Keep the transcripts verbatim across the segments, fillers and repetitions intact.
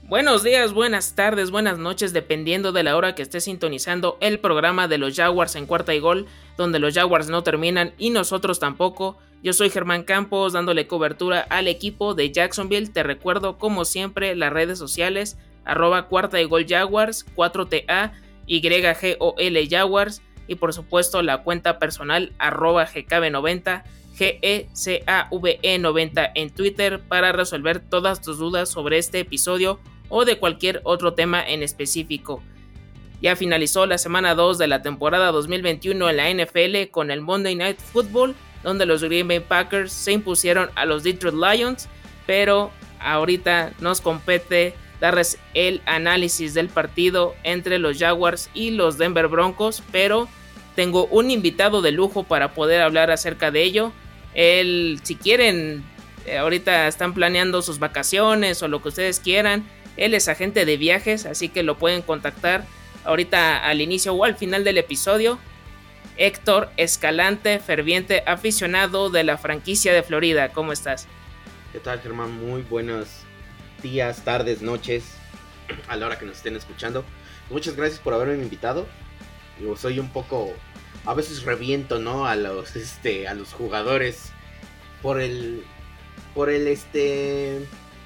Buenos días, buenas tardes, buenas noches, dependiendo de la hora que estés sintonizando el programa de los Jaguars en cuarta y gol, donde los Jaguars no terminan y nosotros tampoco. Yo soy Germán Campos, dándole cobertura al equipo de Jacksonville. Te recuerdo, como siempre, las redes sociales, arroba cuarta y gol Jaguars, cuatro T A, Y G O L Jaguars, y por supuesto la cuenta personal, arroba G K B noventa, G E C A V E noventa en Twitter, para resolver todas tus dudas sobre este episodio o de cualquier otro tema en específico. Ya finalizó la semana dos de la temporada dos mil veintiuno en la N F L con el Monday Night Football, donde los Green Bay Packers se impusieron a los Detroit Lions, pero ahorita nos compete darles el análisis del partido entre los Jaguars y los Denver Broncos, pero tengo un invitado de lujo para poder hablar acerca de ello. Él, si quieren, ahorita están planeando sus vacaciones o lo que ustedes quieran. Él es agente de viajes, así que lo pueden contactar ahorita al inicio o al final del episodio. Héctor Escalante, ferviente aficionado de la franquicia de Florida. ¿Cómo estás? ¿Qué tal, Germán? Muy buenos días, tardes, noches, a la hora que nos estén escuchando. Muchas gracias por haberme invitado. Yo soy un poco, a veces reviento, ¿no? A los, este, a los jugadores por el, por el, este...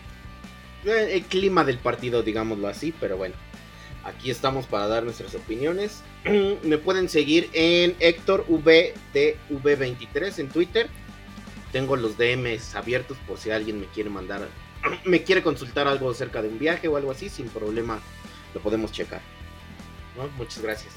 el clima del partido, digámoslo así, pero bueno, aquí estamos para dar nuestras opiniones. Me pueden seguir en Héctor V D V veintitrés en Twitter. Tengo los D Ms abiertos por si alguien me quiere mandar, me quiere consultar algo acerca de un viaje o algo así, sin problema lo podemos checar, ¿no? Muchas gracias.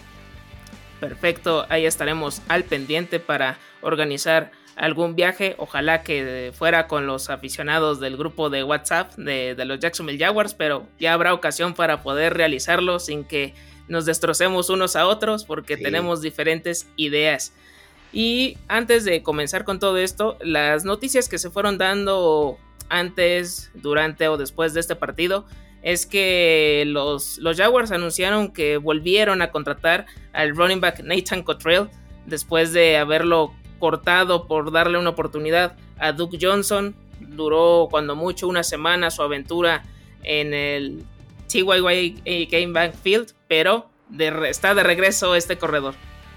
Perfecto, ahí estaremos al pendiente para organizar algún viaje, ojalá que fuera con los aficionados del grupo de WhatsApp de, de los Jacksonville Jaguars, pero ya habrá ocasión para poder realizarlo sin que nos destrocemos unos a otros, porque sí, tenemos diferentes ideas. Y antes de comenzar con todo esto, las noticias que se fueron dando antes, durante o después de este partido es que los, los Jaguars anunciaron que volvieron a contratar al running back Nathan Cottrell después de haberlo cortado por darle una oportunidad a Duke Johnson. Duró cuando mucho una semana su aventura en el T Y Y Game Bank Field, pero de, está de regreso este corredor.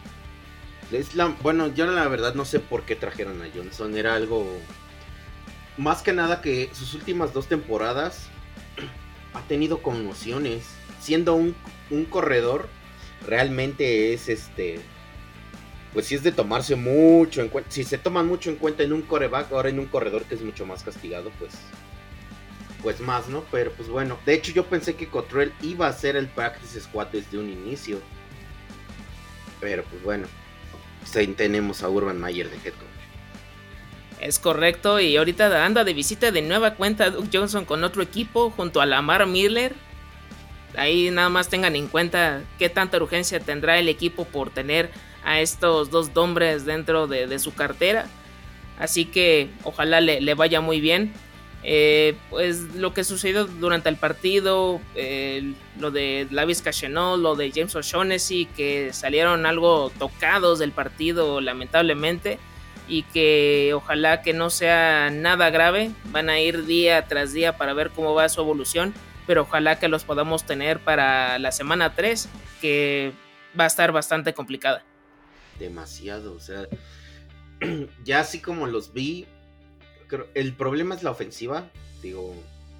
Es la, bueno, yo la verdad no sé por qué trajeron a Johnson. Era algo, más que nada, que sus últimas dos temporadas ha tenido conmociones. Siendo un, un corredor, realmente es este... pues sí es de tomarse mucho en cuenta. Si se toman mucho en cuenta en un coreback, ahora en un corredor que es mucho más castigado, pues pues más, ¿no? Pero pues bueno, de hecho yo pensé que Cottrell iba a ser el practice squad desde un inicio. Pero pues bueno, pues ahí tenemos a Urban Meyer de head coach. Es correcto, y ahorita anda de visita de nueva cuenta Duke Johnson con otro equipo junto a Lamar Miller. Ahí nada más tengan en cuenta qué tanta urgencia tendrá el equipo por tener a estos dos hombres dentro de, de su cartera. Así que ojalá le, le vaya muy bien. Eh, pues lo que sucedió durante el partido, eh, lo de Laviska Shenault, lo de James O'Shaughnessy, que salieron algo tocados del partido lamentablemente, y que ojalá que no sea nada grave. Van a ir día tras día para ver cómo va su evolución, pero ojalá que los podamos tener para la semana tres, que va a estar bastante complicada. Demasiado, o sea, ya así como los vi, creo, el problema es la ofensiva, digo,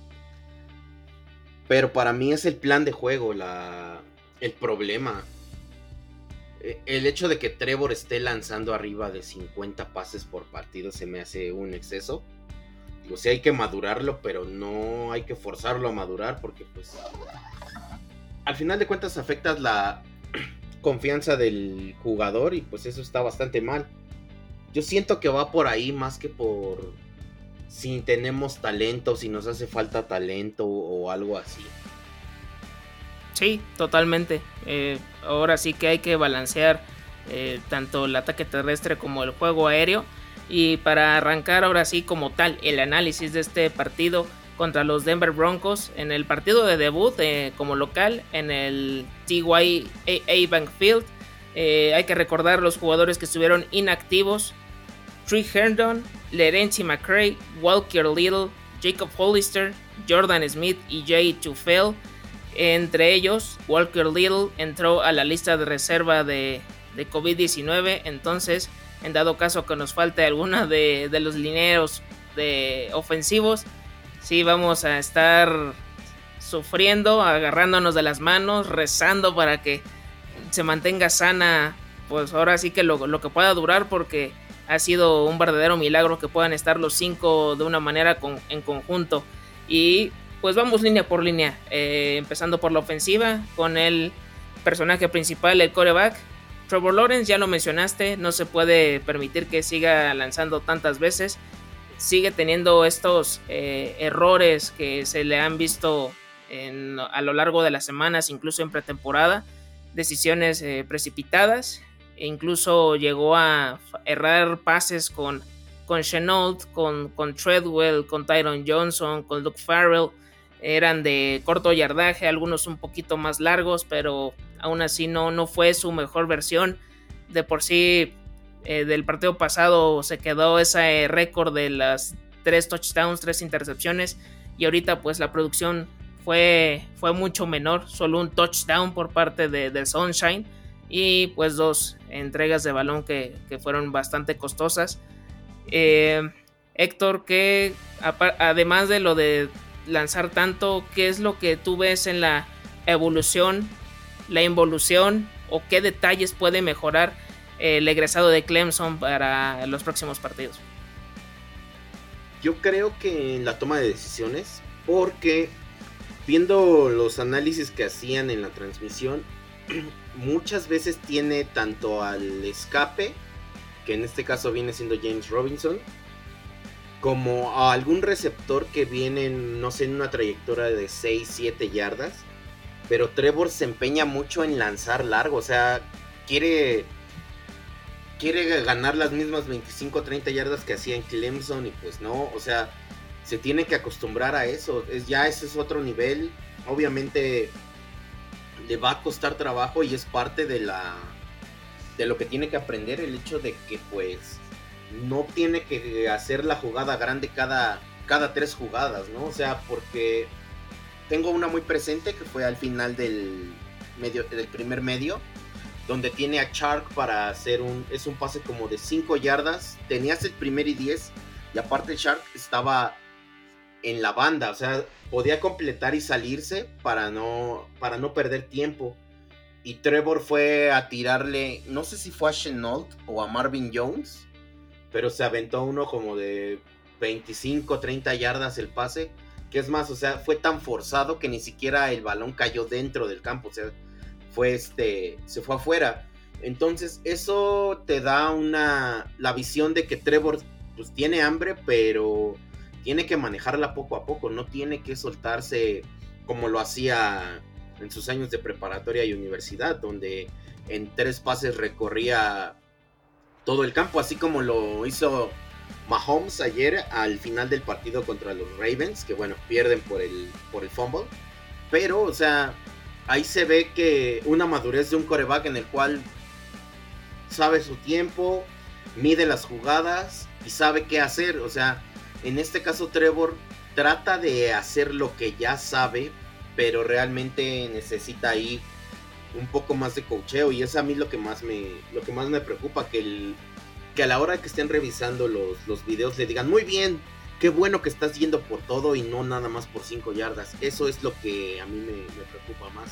pero para mí es el plan de juego la, el problema. El hecho de que Trevor esté lanzando arriba de cincuenta pases por partido se me hace un exceso. Digo, sí hay que madurarlo, pero no hay que forzarlo a madurar, porque pues al final de cuentas afectas la confianza del jugador y pues eso está bastante mal. Yo siento que va por ahí más que por si tenemos talento, si nos hace falta talento o algo así. Sí, totalmente. Eh, ahora sí que hay que balancear eh, tanto el ataque terrestre como el juego aéreo. Y para arrancar ahora sí como tal el análisis de este partido contra los Denver Broncos, en el partido de debut eh, como local en el T Y A Bank Field, eh, hay que recordar los jugadores que estuvieron inactivos: Trey Herndon, Lerenzi McCray, Walker Little, Jacob Hollister, Jordan Smith y Jay Tufel. Entre ellos, Walker Little entró a la lista de reserva de, de covid diecinueve, entonces, en dado caso que nos falte alguno de, de los linieros de ofensivos, sí vamos a estar sufriendo, agarrándonos de las manos, rezando para que se mantenga sana, pues ahora sí que lo, lo que pueda durar, porque ha sido un verdadero milagro que puedan estar los cinco de una manera con, en conjunto. Y pues vamos línea por línea, eh, empezando por la ofensiva, con el personaje principal, el quarterback. Trevor Lawrence, ya lo mencionaste, no se puede permitir que siga lanzando tantas veces. Sigue teniendo estos eh, errores que se le han visto en, a lo largo de las semanas, incluso en pretemporada. Decisiones eh, precipitadas, e incluso llegó a errar pases con, con Shenault, con, con Treadwell, con Tyron Johnson, con Luke Farrell. Eran de corto yardaje, algunos un poquito más largos, pero aún así no, no fue su mejor versión. De por sí, eh, del partido pasado se quedó ese récord de las tres touchdowns, tres intercepciones, y ahorita pues la producción fue, fue mucho menor, solo un touchdown por parte de, de Sunshine y pues dos entregas de balón que, que fueron bastante costosas. Eh, Héctor, que además de lo de lanzar tanto, ¿qué es lo que tú ves en la evolución, la involución o qué detalles puede mejorar el egresado de Clemson para los próximos partidos? Yo creo que en la toma de decisiones, porque viendo los análisis que hacían en la transmisión, muchas veces tiene tanto al escape, que en este caso viene siendo James Robinson, como a algún receptor que viene, no sé, en una trayectoria de seis, siete yardas. Pero Trevor se empeña mucho en lanzar largo, o sea, quiere, quiere ganar las mismas veinticinco, treinta yardas que hacía en Clemson y pues no, o sea, se tiene que acostumbrar a eso, es, ya ese es otro nivel, obviamente le va a costar trabajo y es parte de la de lo que tiene que aprender, el hecho de que pues no tiene que hacer la jugada grande cada, cada tres jugadas, ¿no? O sea, porque tengo una muy presente que fue al final del, medio, del primer medio, donde tiene a Chark para hacer un, es un pase como de cinco yardas, tenías el primer y diez, y aparte Chark estaba en la banda, o sea, podía completar y salirse para no, para no perder tiempo. Y Trevor fue a tirarle, no sé si fue a Shenault o a Marvin Jones, pero se aventó uno como de veinticinco, treinta yardas el pase, que es más, o sea, fue tan forzado que ni siquiera el balón cayó dentro del campo, o sea, fue este, se fue afuera. Entonces eso te da una, la visión de que Trevor pues tiene hambre, pero tiene que manejarla poco a poco, no tiene que soltarse como lo hacía en sus años de preparatoria y universidad, donde en tres pases recorría todo el campo, así como lo hizo Mahomes ayer al final del partido contra los Ravens, que bueno, pierden por el, por el fumble, pero o sea, ahí se ve que una madurez de un quarterback en el cual sabe su tiempo, mide las jugadas y sabe qué hacer. O sea, en este caso Trevor trata de hacer lo que ya sabe, pero realmente necesita ahí un poco más de coacheo, y es a mí lo que más me, lo que más me preocupa, que, el, que a la hora que estén revisando los, los videos le digan, muy bien, qué bueno que estás yendo por todo y no nada más por cinco yardas. Eso es lo que a mí me, me preocupa más.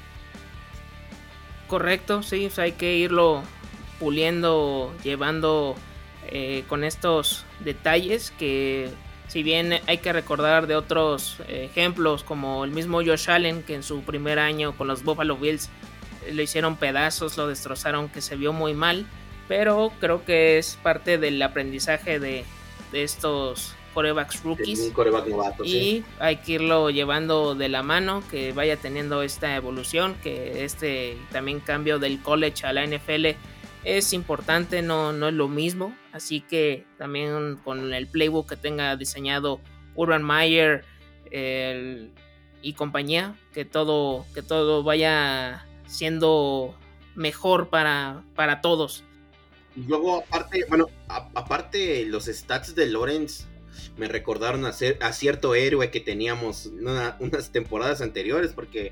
Correcto, sí, o sea, hay que irlo puliendo, llevando eh, con estos detalles que, si bien hay que recordar de otros eh, ejemplos como el mismo Josh Allen, que en su primer año con los Buffalo Bills eh, lo hicieron pedazos, lo destrozaron, que se vio muy mal, pero creo que es parte del aprendizaje de, de estos quarterbacks rookies, un quarterback novato, y sí. hay que irlo llevando de la mano, que vaya teniendo esta evolución, que este también cambio del college a la N F L es importante, no, no es lo mismo, así que también con el playbook que tenga diseñado Urban Meyer el, y compañía, que todo, que todo vaya siendo mejor para, para todos. Y luego aparte, bueno, a, aparte los stats de Lawrence me recordaron a, ser, a cierto héroe que teníamos una, unas temporadas anteriores, porque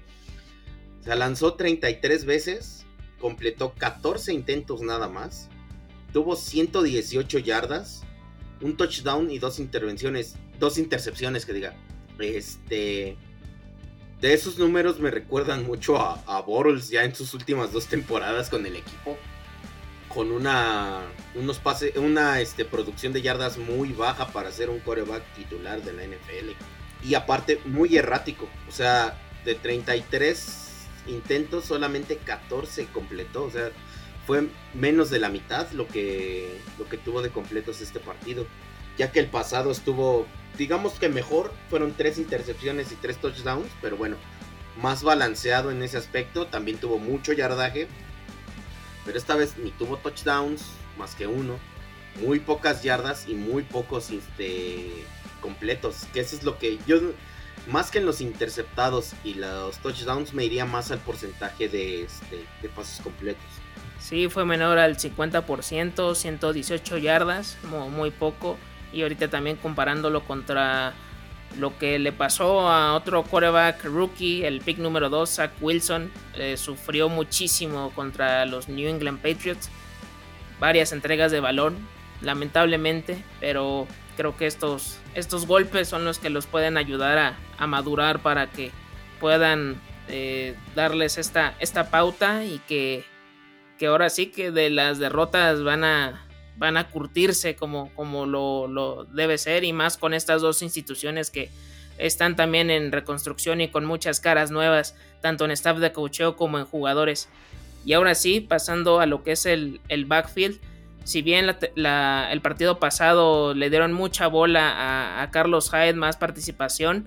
se lanzó treinta y tres veces, completó catorce intentos nada más, tuvo ciento dieciocho yardas, un touchdown y dos intervenciones, dos intercepciones que diga. Este, de esos números me recuerdan mucho a, a Bortles ya en sus últimas dos temporadas con el equipo, con una unos pases, una este, producción de yardas muy baja para ser un quarterback titular de la N F L, y aparte muy errático, o sea, de treinta y tres intentos solamente catorce completó, o sea, fue menos de la mitad lo que lo que tuvo de completos este partido, ya que el pasado estuvo, digamos que mejor, fueron tres intercepciones y tres touchdowns, pero bueno, más balanceado en ese aspecto, también tuvo mucho yardaje, pero esta vez ni tuvo touchdowns, más que uno, muy pocas yardas y muy pocos este, completos, que eso es lo que yo, más que en los interceptados y los touchdowns, me iría más al porcentaje de, este, de pases completos. Sí, fue menor al cincuenta por ciento, ciento dieciocho yardas, muy, muy poco. Y ahorita también comparándolo contra lo que le pasó a otro quarterback rookie, el pick número dos, Zach Wilson, eh, sufrió muchísimo contra los New England Patriots. Varias entregas de balón, lamentablemente, pero creo que estos, estos golpes son los que los pueden ayudar a, a madurar para que puedan eh, darles esta, esta pauta y que, que ahora sí que de las derrotas van a... van a curtirse como, como lo, lo debe ser, y más con estas dos instituciones que están también en reconstrucción y con muchas caras nuevas, tanto en staff de coacheo como en jugadores. Y ahora sí, pasando a lo que es el, el backfield, si bien la, la, el partido pasado le dieron mucha bola a, a Carlos Hyde, más participación,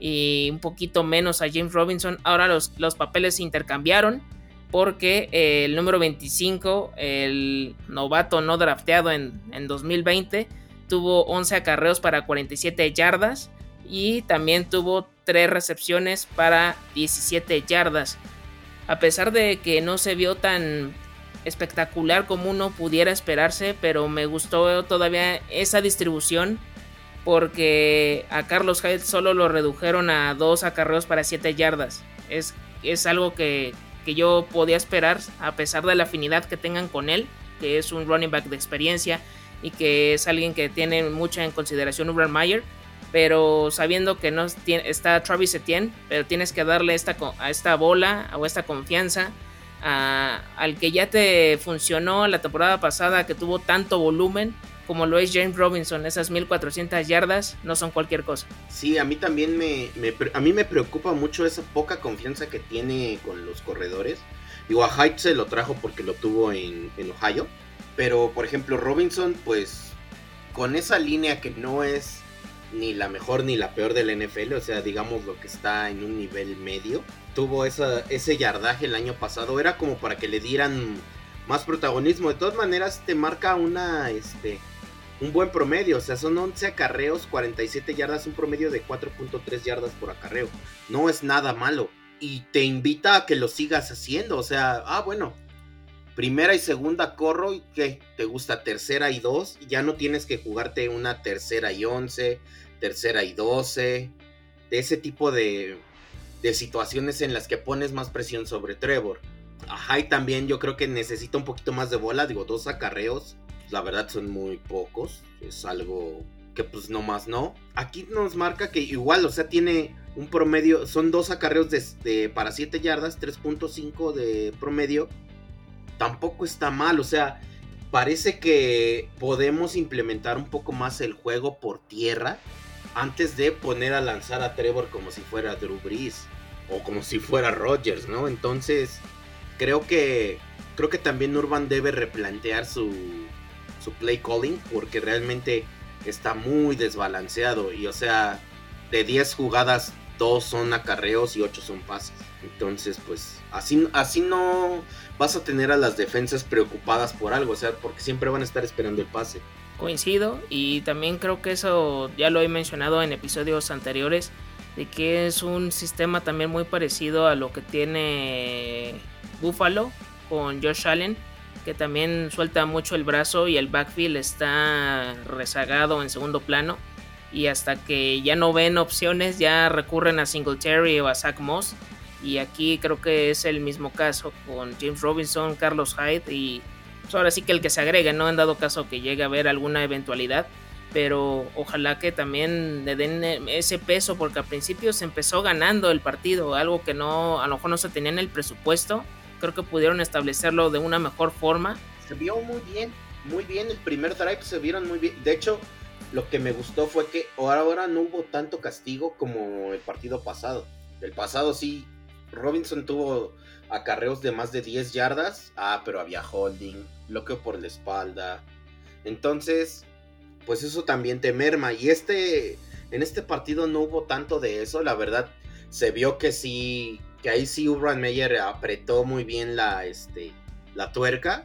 y un poquito menos a James Robinson, ahora los, los papeles se intercambiaron, porque eh, el número veinticinco, el novato no drafteado en, en dos mil veinte, tuvo once acarreos para cuarenta y siete yardas y también tuvo tres recepciones para diecisiete yardas. A pesar de que no se vio tan espectacular como uno pudiera esperarse, pero me gustó todavía esa distribución, porque a Carlos Hyde solo lo redujeron a dos acarreos para siete yardas. Es, es algo que... que yo podía esperar, a pesar de la afinidad que tengan con él, que es un running back de experiencia y que es alguien que tiene mucha en consideración Urban Meyer, pero sabiendo que no está Travis Etienne, pero tienes que darle esta, a esta bola o esta confianza a, al que ya te funcionó la temporada pasada, que tuvo tanto volumen como lo es James Robinson. Esas mil cuatrocientas yardas no son cualquier cosa. Sí, a mí también me, me, a mí me preocupa mucho esa poca confianza que tiene con los corredores. Digo, a Hyde se lo trajo porque lo tuvo en, en Ohio, pero por ejemplo Robinson, pues con esa línea que no es ni la mejor ni la peor del N F L, o sea, digamos lo que está en un nivel medio, tuvo esa, ese yardaje el año pasado, era como para que le dieran más protagonismo. De todas maneras te marca una... este un buen promedio, o sea, son once acarreos, cuarenta y siete yardas, un promedio de cuatro punto tres yardas por acarreo. No es nada malo. Y te invita a que lo sigas haciendo, o sea, ah, bueno, primera y segunda corro, y ¿qué? ¿Te gusta tercera y dos? Ya no tienes que jugarte una tercera y once, tercera y doce, de ese tipo de, de situaciones en las que pones más presión sobre Trevor. A Hyde también yo creo que necesita un poquito más de bola, digo, dos acarreos, la verdad son muy pocos, es algo que pues no más no. Aquí nos marca que igual, o sea, tiene un promedio, son dos acarreos de, de, para siete yardas, tres punto cinco de promedio, tampoco está mal, o sea, parece que podemos implementar un poco más el juego por tierra antes de poner a lanzar a Trevor como si fuera Drew Brees o como si fuera Rodgers, ¿no? Entonces, creo que creo que también Urban debe replantear su su play calling, porque realmente está muy desbalanceado y, o sea, de diez jugadas dos son acarreos y ocho son pases. Entonces, pues así, así no vas a tener a las defensas preocupadas por algo, o sea, porque siempre van a estar esperando el pase. Coincido, y también creo que eso ya lo he mencionado en episodios anteriores, de que es un sistema también muy parecido a lo que tiene Buffalo con Josh Allen, que también suelta mucho el brazo y el backfield está rezagado en segundo plano. y hasta que ya no ven opciones ya recurren a Singletary o a Zach Moss, y aquí creo que es el mismo caso con James Robinson, Carlos Hyde y pues ahora sí que el que se agregue, ¿no? En dado caso que llegue a haber alguna eventualidad, pero ojalá que también le den ese peso, porque al principio se empezó ganando el partido, algo que no, a lo mejor no se tenía en el presupuesto. Creo que pudieron establecerlo de una mejor forma. Se vio muy bien, muy bien, el primer drive se vieron muy bien. De hecho, lo que me gustó fue que ahora, ahora no hubo tanto castigo como el partido pasado. El pasado sí, Robinson tuvo acarreos de más de diez yardas, ah, pero había holding, bloqueo por la espalda. Entonces, pues eso también te merma. Y este, en este partido no hubo tanto de eso, la verdad. Se vio que sí, que ahí sí Urban Meyer apretó muy bien la, este, la tuerca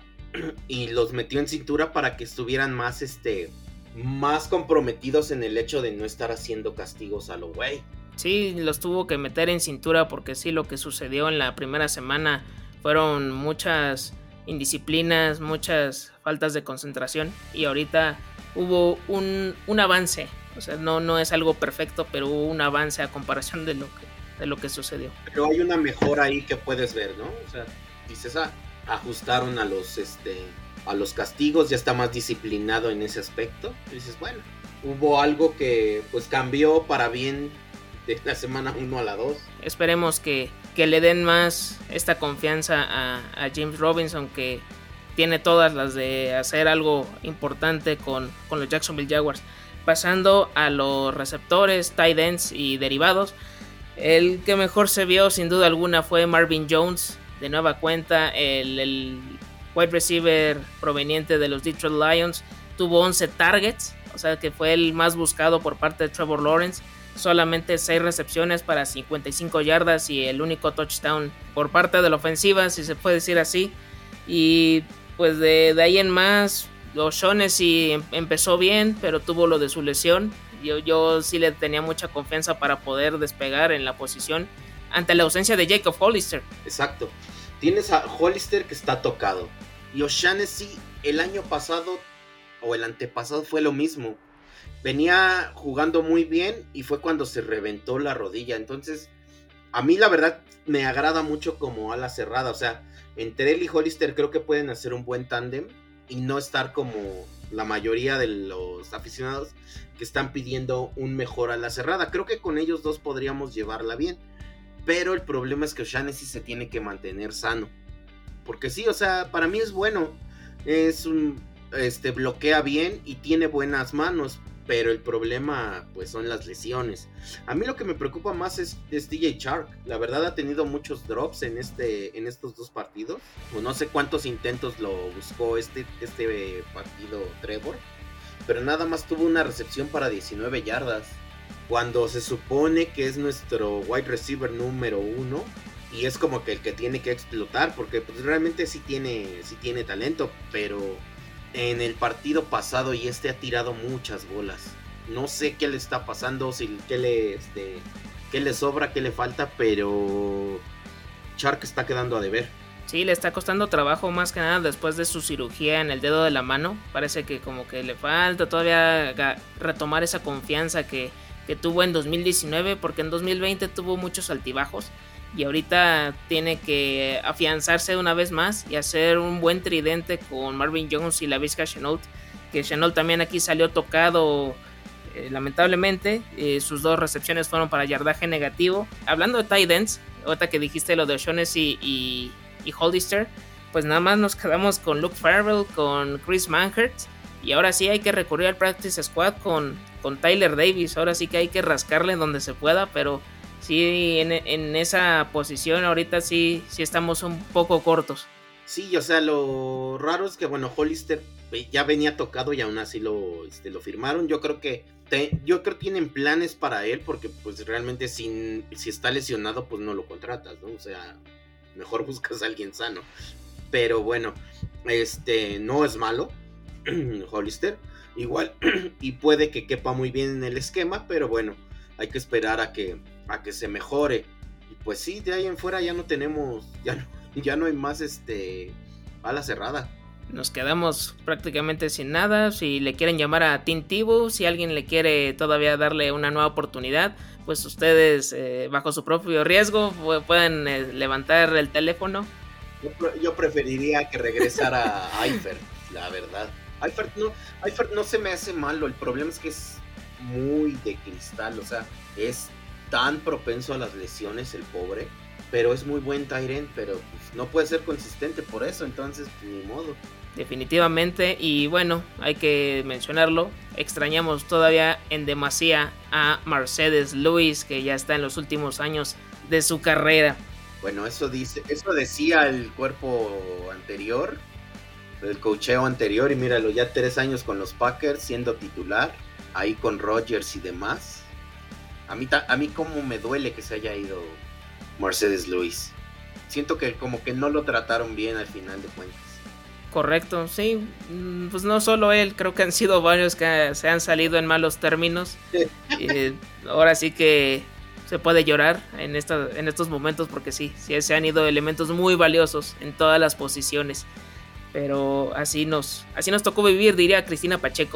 y los metió en cintura para que estuvieran más, este, más comprometidos en el hecho de no estar haciendo castigos a lo güey. Sí, los tuvo que meter en cintura porque sí, lo que sucedió en la primera semana fueron muchas indisciplinas, muchas faltas de concentración, y ahorita hubo un, un avance. O sea, no, no es algo perfecto, pero hubo un avance a comparación de lo que, de lo que sucedió. Pero hay una mejora ahí que puedes ver, ¿no? O sea, dices, ah, ajustaron a los, este, a los castigos, ya está más disciplinado en ese aspecto. Y dices, bueno, hubo algo que pues cambió para bien de la semana uno a la dos. Esperemos que, que le den más esta confianza a, a James Robinson, que tiene todas las de hacer algo importante con, con los Jacksonville Jaguars. Pasando a los receptores, tight ends y derivados, el que mejor se vio sin duda alguna fue Marvin Jones, de nueva cuenta, el, el wide receiver proveniente de los Detroit Lions. Tuvo once targets, o sea que fue el más buscado por parte de Trevor Lawrence. Solamente seis recepciones para cincuenta y cinco yardas y el único touchdown por parte de la ofensiva, si se puede decir así. Y pues de, de ahí en más, O'Shaughnessy empezó bien, pero tuvo lo de su lesión. Yo, yo sí le tenía mucha confianza para poder despegar en la posición ante la ausencia de Jacob Hollister. Exacto. Tienes a Hollister que está tocado. Y O'Shaughnessy el año pasado o el antepasado fue lo mismo. Venía jugando muy bien y fue cuando se reventó la rodilla. Entonces, a mí la verdad me agrada mucho como ala cerrada. O sea, entre él y Hollister creo que pueden hacer un buen tándem y no estar como la mayoría de los aficionados que están pidiendo un mejor ala cerrada. Creo que con ellos dos podríamos llevarla bien. Pero el problema es que O'Shaughnessy se tiene que mantener sano. Porque sí, o sea, para mí es bueno. Es un, este, bloquea bien y tiene buenas manos. Pero el problema, pues, son las lesiones. A mí lo que me preocupa más es, es D J Chark. La verdad ha tenido muchos drops en este, en estos dos partidos. O no sé cuántos intentos lo buscó este, este partido Trevor. Pero nada más tuvo una recepción para diecinueve yardas. Cuando se supone que es nuestro wide receiver número uno. Y es como que el que tiene que explotar. Porque pues realmente sí tiene, sí tiene talento. Pero en el partido pasado y este ha tirado muchas bolas. No sé qué le está pasando, si qué le, este, qué le sobra, qué le falta, pero Chark está quedando a deber. Sí, le está costando trabajo más que nada después de su cirugía en el dedo de la mano. Parece que como que le falta todavía retomar esa confianza que, que tuvo en dos mil diecinueve, porque en dos mil veinte tuvo muchos altibajos. Y ahorita tiene que afianzarse una vez más y hacer un buen tridente con Marvin Jones y Laviska Shenault, que Shenault también aquí salió tocado eh, lamentablemente. Eh, sus dos recepciones fueron para yardaje negativo. Hablando de tight ends, ahorita que dijiste lo de O'Shaughnessy y, y Hollister, pues nada más nos quedamos con Luke Farrell, con Chris Manhert, y ahora sí hay que recurrir al practice squad con, con Tyler Davis. Ahora sí que hay que rascarle donde se pueda, pero sí, en, en esa posición ahorita sí, sí estamos un poco cortos. Sí, o sea, lo raro es que, bueno, Hollister ya venía tocado y aún así lo, este, lo firmaron. Yo creo que te, yo creo que tienen planes para él, porque pues realmente sin, si está lesionado, pues no lo contratas, ¿no? O sea, mejor buscas a alguien sano. Pero bueno, este no es malo, Hollister, igual, y puede que quepa muy bien en el esquema, pero bueno, hay que esperar a que a que se mejore. Y pues sí, de ahí en fuera ya no tenemos, ya no, ya no hay más este ala cerrada. nos quedamos prácticamente sin nada. Si le quieren llamar a Tim Tebow, si alguien le quiere todavía darle una nueva oportunidad, pues ustedes eh, bajo su propio riesgo pueden eh, levantar el teléfono. Yo, yo preferiría que regresara a Eifert, la verdad. Eifert no, Eifert no se me hace malo, el problema es que es muy de cristal, o sea, es tan propenso a las lesiones el pobre, pero es muy buen tight end, pero pues, no puede ser consistente por eso, entonces pues, ni modo. Definitivamente, y bueno, hay que mencionarlo, extrañamos todavía en demasía a Marcedes Lewis, que ya está en los últimos años de su carrera. Bueno, eso dice, eso decía el cuerpo anterior, el coacheo anterior, y míralo, ya tres años con los Packers siendo titular, ahí con Rodgers y demás. A mí, a mí como me duele que se haya ido Marcedes Lewis. Siento que como que no lo trataron bien al final de cuentas. Correcto, sí, pues no solo él, creo que han sido varios que se han salido en malos términos. eh, ahora sí que se puede llorar en, esta, en estos momentos porque sí, sí, se han ido elementos muy valiosos en todas las posiciones. Pero así nos, así nos tocó vivir, diría Cristina Pacheco.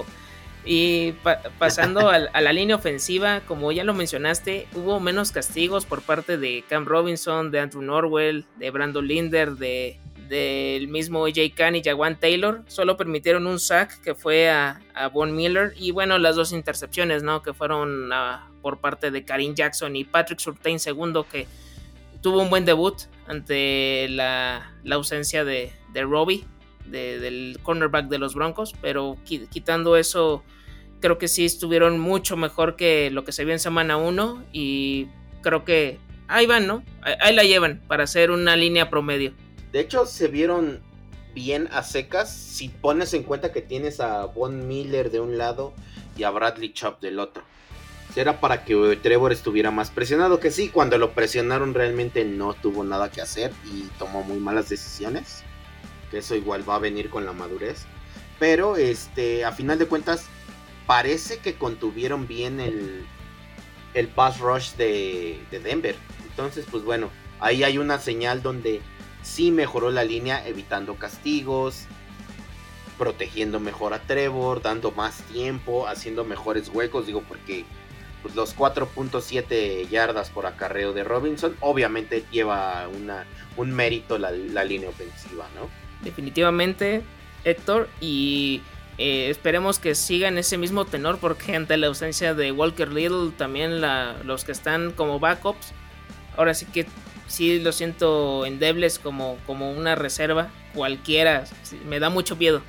Y pa- pasando a, a la línea ofensiva, como ya lo mencionaste, hubo menos castigos por parte de Cam Robinson, de Andrew Norwell, de Brandon Linder, de del mismo A J Cann y Jawan Taylor. Solo permitieron un sack que fue a, a Von Miller, y bueno, las dos intercepciones, ¿no? Que fueron a, por parte de Kareem Jackson y Patrick Surtain segundo, que tuvo un buen debut ante la, la ausencia de, de Robbie, de, del cornerback de los Broncos, pero quitando eso, creo que sí estuvieron mucho mejor que lo que se vio en semana uno, y creo que ahí van, ¿no? Ahí la llevan para hacer una línea promedio. De hecho, se vieron bien a secas si pones en cuenta que tienes a Von Miller de un lado y a Bradley Chubb del otro. Era para que Trevor estuviera más presionado, que sí, cuando lo presionaron realmente no tuvo nada que hacer y tomó muy malas decisiones, que eso igual va a venir con la madurez. Pero este, a final de cuentas, parece que contuvieron bien el, el pass rush de, de Denver. Entonces, pues bueno, ahí hay una señal donde sí mejoró la línea, evitando castigos, protegiendo mejor a Trevor, dando más tiempo, haciendo mejores huecos, digo, porque pues, los cuatro punto siete yardas por acarreo de Robinson obviamente lleva una, un mérito la, la línea ofensiva, ¿no? Definitivamente, Héctor, y eh, esperemos que sigan ese mismo tenor, porque ante la ausencia de Walker Little, también la, los que están como backups, ahora sí que sí lo siento endebles como, como una reserva cualquiera, me da mucho miedo.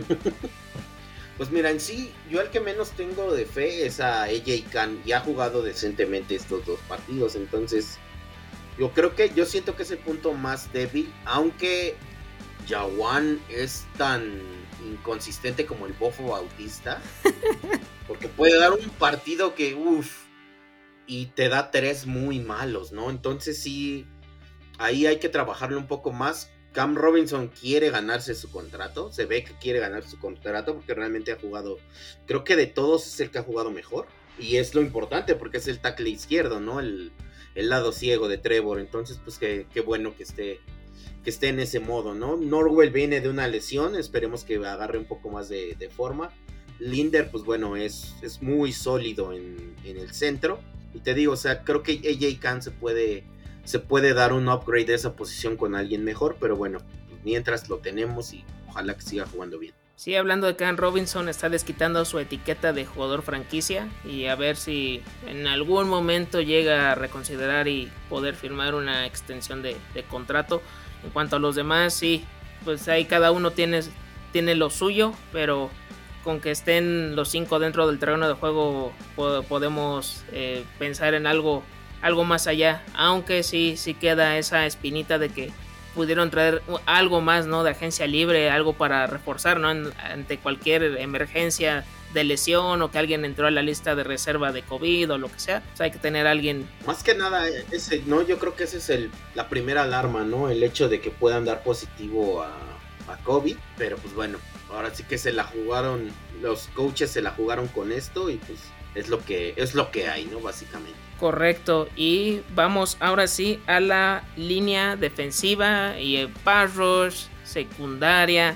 Pues mira, en sí, yo el que menos tengo de fe es a A J Cann, y ha jugado decentemente estos dos partidos, entonces yo creo que, yo siento que es el punto más débil, aunque Jawan es tan inconsistente como el Bofo Bautista, porque puede dar un partido que uff, y te da tres muy malos, ¿no? Entonces sí, ahí hay que trabajarlo un poco más. Cam Robinson quiere ganarse su contrato, se ve que quiere ganar su contrato porque realmente ha jugado, creo que de todos es el que ha jugado mejor, y es lo importante porque es el tackle izquierdo, ¿no? El, el lado ciego de Trevor, entonces pues qué que bueno que esté, que esté en ese modo, ¿no? Norwell viene de una lesión, esperemos que agarre un poco más de, de forma. Linder, pues bueno, es, es muy sólido en, en el centro, y te digo, o sea, creo que A J Cann se puede... se puede dar un upgrade de esa posición con alguien mejor, pero bueno, mientras lo tenemos y ojalá que siga jugando bien. Sí, hablando de Cam Robinson, está desquitando su etiqueta de jugador franquicia, y a ver si en algún momento llega a reconsiderar y poder firmar una extensión de, de contrato. En cuanto a los demás, sí, pues ahí cada uno tiene, tiene lo suyo, pero con que estén los cinco dentro del terreno de juego podemos eh, pensar en algo algo más allá, aunque sí, sí queda esa espinita de que pudieron traer algo más, ¿no? De agencia libre, algo para reforzar, ¿no? En, ante cualquier emergencia de lesión, o que alguien entró a la lista de reserva de COVID o lo que sea, pues hay que tener a alguien. Más que nada, ese, ¿no? Yo creo que esa es el, la primera alarma, ¿no? El hecho de que puedan dar positivo a, a COVID, pero pues bueno, ahora sí que se la jugaron, los coaches se la jugaron con esto, y pues es lo que, es lo que hay, ¿no? Básicamente. Correcto, y vamos ahora sí a la línea defensiva y el pass rush, secundaria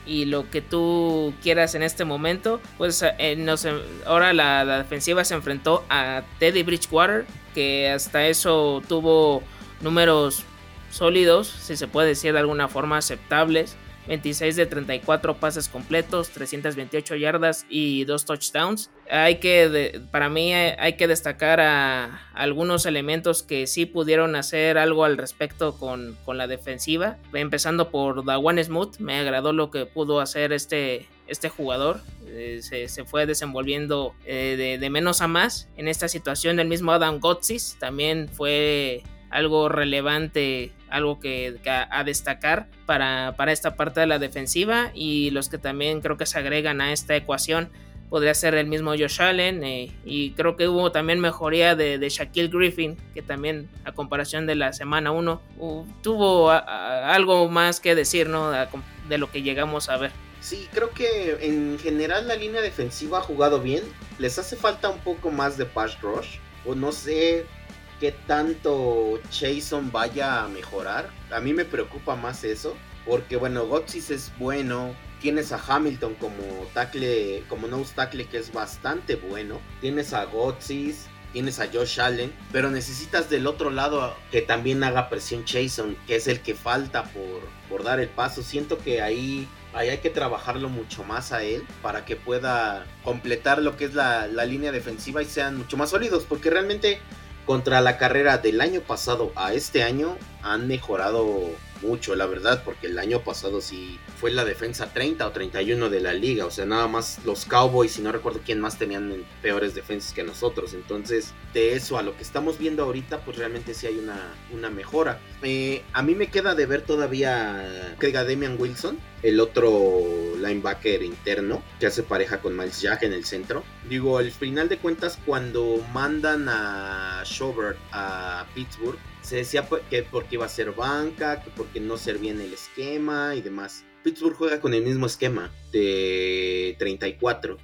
y lo que tú quieras en este momento, pues eh, nos, ahora la, la defensiva se enfrentó a Teddy Bridgewater, que hasta eso tuvo números sólidos, si se puede decir de alguna forma aceptables. veintiséis de treinta y cuatro pases completos, trescientas veintiocho yardas y dos touchdowns. Hay que, de, para mí hay que destacar a, a algunos elementos que sí pudieron hacer algo al respecto con, con la defensiva. Empezando por Dawan Smoot, me agradó lo que pudo hacer este, este jugador. Eh, se, se fue desenvolviendo eh, de, de menos a más. En esta situación el mismo Adam Gotsis también fue algo relevante, algo que, que a, a destacar para, para esta parte de la defensiva. Y los que también creo que se agregan a esta ecuación podría ser el mismo Josh Allen, eh, y creo que hubo también mejoría de, de Shaquill Griffin, que también a comparación de la semana uno uh, tuvo a, a, algo más que decir, ¿no? De, de lo que llegamos a ver. Sí, creo que en general la línea defensiva ha jugado bien. Les hace falta un poco más de pass rush, o no sé qué tanto Chason vaya a mejorar. A mí me preocupa más eso, porque bueno, Gotsis es bueno, tienes a Hamilton como tackle, como nose tackle, que es bastante bueno, tienes a Gotsis, tienes a Josh Allen, pero necesitas del otro lado que también haga presión Chason, que es el que falta por, por dar el paso. Siento que ahí, ahí hay que trabajarlo mucho más a él para que pueda completar lo que es la, la línea defensiva y sean mucho más sólidos, porque realmente contra la carrera del año pasado a este año han mejorado mucho, la verdad, porque el año pasado sí fue la defensa treinta o treinta y uno de la liga, o sea, nada más los Cowboys y no recuerdo quién más tenían peores defensas que nosotros. Entonces, de eso a lo que estamos viendo ahorita, pues realmente sí hay una, una mejora. Eh, a mí me queda de ver todavía que Damian Wilson, el otro linebacker interno, que hace pareja con Miles Jack en el centro. Digo, al final de cuentas, cuando mandan a Schobert a Pittsburgh, se decía que porque iba a ser banca, que porque no servía en el esquema y demás. Pittsburgh juega con el mismo esquema de treinta y cuatro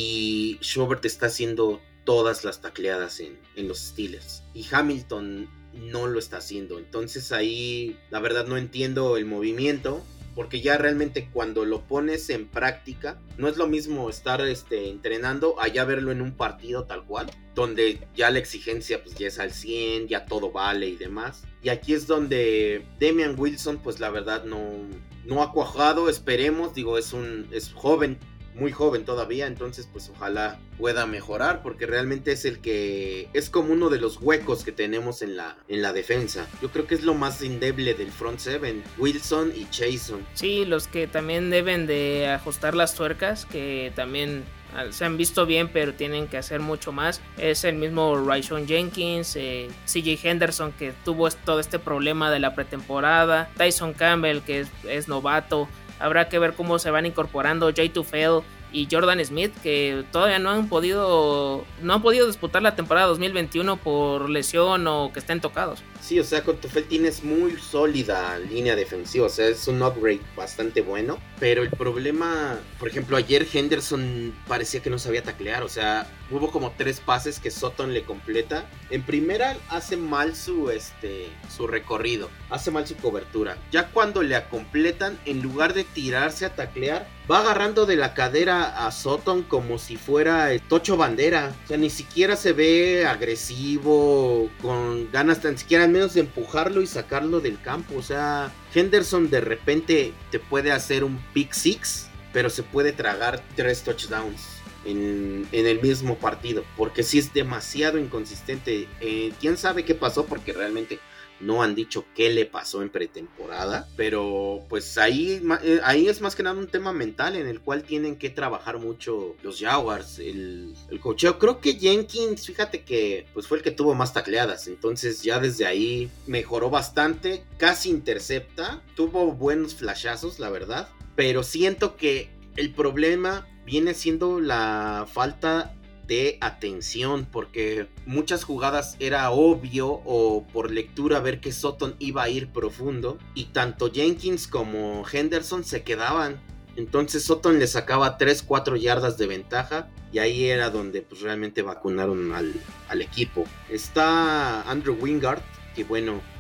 y Schobert está haciendo todas las tacleadas en, en los Steelers y Hamilton no lo está haciendo. Entonces ahí la verdad no entiendo el movimiento, porque ya realmente cuando lo pones en práctica, no es lo mismo estar este, entrenando a ya verlo en un partido tal cual, donde ya la exigencia pues ya es al cien, ya todo vale y demás. Y aquí es donde Damian Wilson pues la verdad no, no ha cuajado, esperemos, digo, es un es joven, muy joven todavía, entonces pues ojalá pueda mejorar, porque realmente es el que es como uno de los huecos que tenemos en la, en la defensa. Yo creo que es lo más endeble del front seven, Wilson y Chason. Sí, los que también deben de ajustar las tuercas, que también se han visto bien, pero tienen que hacer mucho más, es el mismo Rayshawn Jenkins, eh, C J Henderson, que tuvo todo este problema de la pretemporada, Tyson Campbell, que es, es novato. Habrá que ver cómo se van incorporando Jay Tufel y Jordan Smith, que todavía no han podido no han podido disputar la temporada dos mil veintiuno por lesión o que estén tocados. Sí, o sea, con Tufel tienes muy sólida línea defensiva, o sea, es un upgrade bastante bueno, pero el problema, por ejemplo, ayer Henderson parecía que no sabía taclear, o sea, hubo como tres pases que Sutton le completa. En primera hace mal su este su recorrido, hace mal su cobertura. Ya cuando le completan, en lugar de tirarse a taclear, va agarrando de la cadera a Sutton como si fuera Tocho Bandera. O sea, ni siquiera se ve agresivo, con ganas tan siquiera al menos de empujarlo y sacarlo del campo. O sea, Henderson de repente te puede hacer un pick six, pero se puede tragar tres touchdowns en, en el mismo partido, porque sí es demasiado inconsistente. Eh, quién sabe qué pasó, porque realmente no han dicho qué le pasó en pretemporada, pero pues ahí, ahí es más que nada un tema mental en el cual tienen que trabajar mucho los Jaguars, el, el coacheo. Creo que Jenkins, fíjate que pues fue el que tuvo más tacleadas, entonces ya desde ahí mejoró bastante, casi intercepta, tuvo buenos flashazos, la verdad, pero siento que el problema viene siendo la falta de atención, porque muchas jugadas era obvio o por lectura ver que Sutton iba a ir profundo y tanto Jenkins como Henderson se quedaban, entonces Sutton le sacaba tres cuatro yardas de ventaja y ahí era donde pues realmente vacunaron al, al equipo. Está Andrew Wingard, que bueno,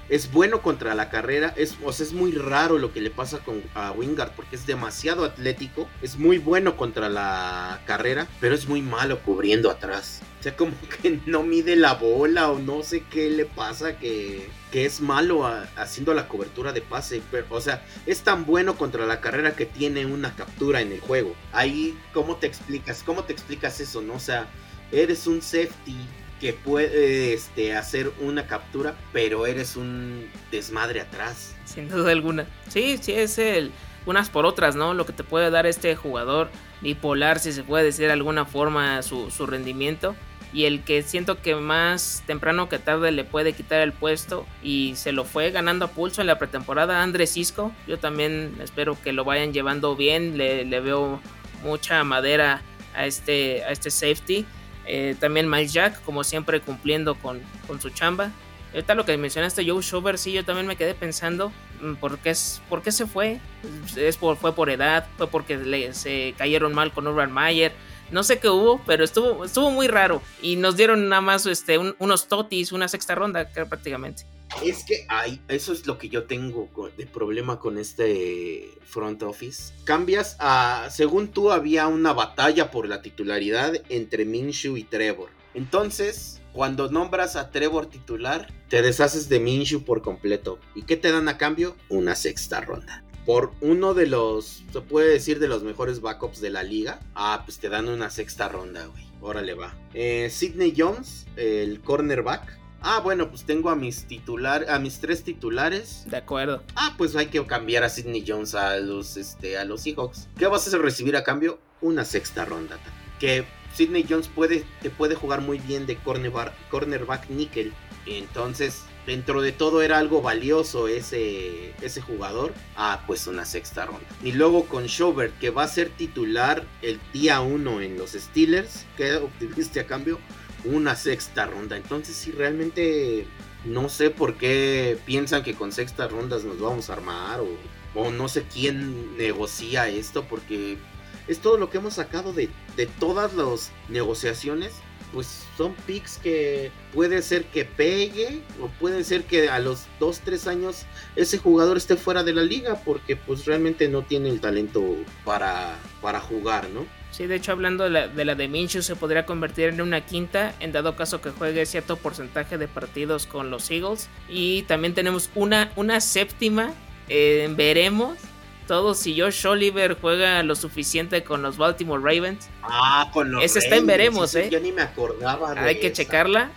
es bueno contra la carrera, es, o sea, es muy raro lo que le pasa con, a Wingard, porque es demasiado atlético, es muy bueno contra la carrera, pero es muy malo cubriendo atrás. O sea, como que no mide la bola o no sé qué le pasa, que, que es malo a, haciendo la cobertura de pase. Pero, o sea, es tan bueno contra la carrera que tiene una captura en el juego. Ahí, ¿cómo te explicas? ¿Cómo te explicas eso, no? O sea, eres un safety que puede este, hacer una captura, pero eres un desmadre atrás. Sin duda alguna. Sí, sí, es el unas por otras, ¿no? Lo que te puede dar este jugador bipolar, si se puede decir de alguna forma, su, su rendimiento. Y el que siento que más temprano que tarde le puede quitar el puesto y se lo fue ganando a pulso en la pretemporada, Andre Cisco. Yo también espero que lo vayan llevando bien, le, le veo mucha madera a este, a este safety. Eh, también Miles Jack, como siempre, cumpliendo con, con su chamba. Ahorita lo que mencionaste, Joe Schobert, sí, yo también me quedé pensando ¿por qué, es, por qué se fue? Es por, fue por edad, fue porque le, se cayeron mal con Urban Meyer. No sé qué hubo, pero estuvo, estuvo muy raro. Y nos dieron nada más este, un, unos totis, una sexta ronda, que prácticamente. Es que hay, eso es lo que yo tengo de problema con este front office. Cambias a, según tú, había una batalla por la titularidad entre Minshew y Trevor. Entonces, cuando nombras a Trevor titular, te deshaces de Minshew por completo. ¿Y qué te dan a cambio? Una sexta ronda. Por uno de los, se puede decir, de los mejores backups de la liga. Ah, pues te dan una sexta ronda, güey. Órale, va. Eh, Sidney Jones, el cornerback. Ah, bueno, pues tengo a mis titular, a mis tres titulares. De acuerdo. Ah, pues hay que cambiar a Sidney Jones a los, este, a los Seahawks. ¿Qué vas a recibir a cambio? Una sexta ronda. Que Sidney Jones puede, te puede jugar muy bien de cornerback, cornerback níquel. Entonces, dentro de todo era algo valioso ese, ese jugador. Ah, pues una sexta ronda. Y luego con Schobert, que va a ser titular el día uno en los Steelers. ¿Qué obtuviste a cambio? Una sexta ronda. Entonces sí, realmente no sé por qué piensan que con sextas rondas nos vamos a armar, o, o no sé quién negocia esto, porque es todo lo que hemos sacado de, de todas las negociaciones. Pues son picks que puede ser que pegue, o puede ser que a los dos tres años ese jugador esté fuera de la liga, porque pues realmente no tiene el talento para, para jugar, ¿no? Sí, de hecho, hablando de la de, la de Minshew, se podría convertir en una quinta en dado caso que juegue cierto porcentaje de partidos con los Eagles. Y también tenemos una, una séptima, eh, veremos todos si Josh Oliver juega lo suficiente con los Baltimore Ravens. Ah, con los Ese está en veremos, sí, sí, eh. Yo ni me acordaba de Hay que esa. checarla.